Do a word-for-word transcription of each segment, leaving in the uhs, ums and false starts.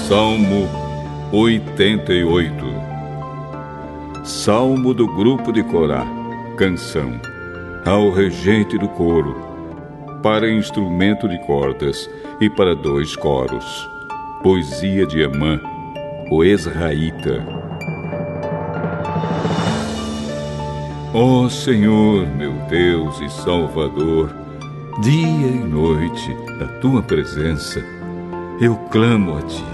Salmo oitenta e oito. Salmo do grupo de Corá. Canção ao regente do coro, para instrumento de cordas e para dois coros. Poesia de Emã, o Ezraíta. Ó Senhor, meu Deus e Salvador, dia e noite, na tua presença, eu clamo a ti.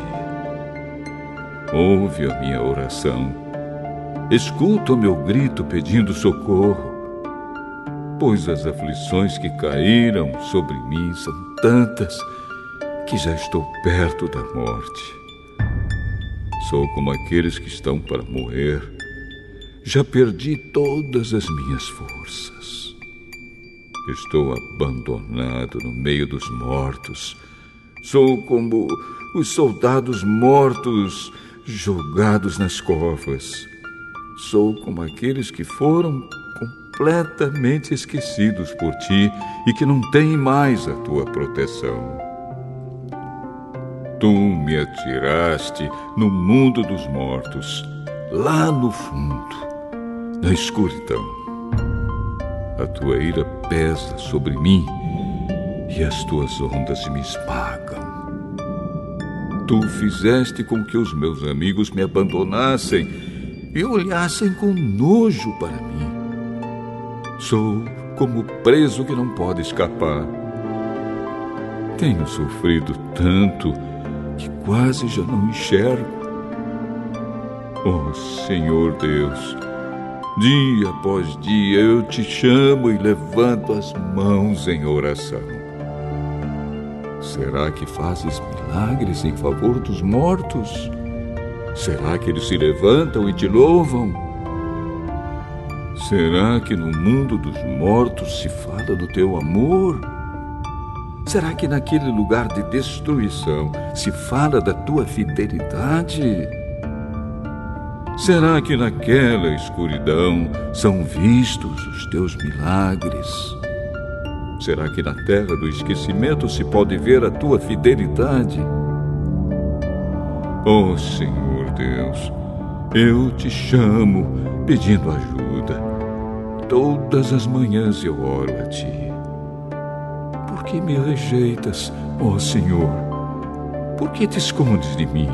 Ouve a minha oração, escuta o meu grito pedindo socorro, pois as aflições que caíram sobre mim são tantas que já estou perto da morte. Sou como aqueles que estão para morrer, já perdi todas as minhas forças. Estou abandonado no meio dos mortos. Sou como os soldados mortos jogados nas covas. Sou como aqueles que foram completamente esquecidos por ti e que não têm mais a tua proteção. Tu me atiraste no mundo dos mortos, lá no fundo, na escuridão. A tua ira pesa sobre mim e as tuas ondas me esmagam. Tu fizeste com que os meus amigos me abandonassem e olhassem com nojo para mim. Sou como preso que não pode escapar. Tenho sofrido tanto que quase já não enxergo. Ó Senhor Deus, dia após dia eu te chamo e levanto as mãos em oração. Será que fazes milagres em favor dos mortos? Será que eles se levantam e te louvam? Será que no mundo dos mortos se fala do teu amor? Será que naquele lugar de destruição se fala da tua fidelidade? Será que naquela escuridão são vistos os teus milagres? Será que na terra do esquecimento se pode ver a tua fidelidade? Ó oh, Senhor Deus, eu te chamo pedindo ajuda. Todas as manhãs eu oro a ti. Por que me rejeitas, ó oh, Senhor? Por que te escondes de mim?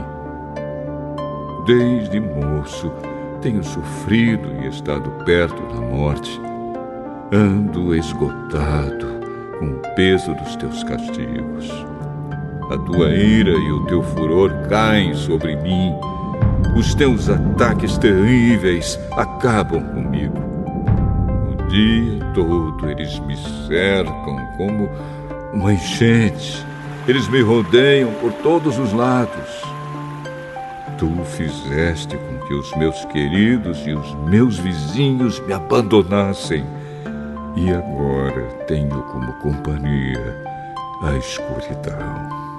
Desde moço tenho sofrido e estado perto da morte. Ando esgotado com o peso dos teus castigos. A tua ira e o teu furor caem sobre mim. Os teus ataques terríveis acabam comigo. O dia todo eles me cercam como uma enchente. Eles me rodeiam por todos os lados. Tu fizeste com que os meus queridos e os meus vizinhos me abandonassem. E agora tenho como companhia a escuridão.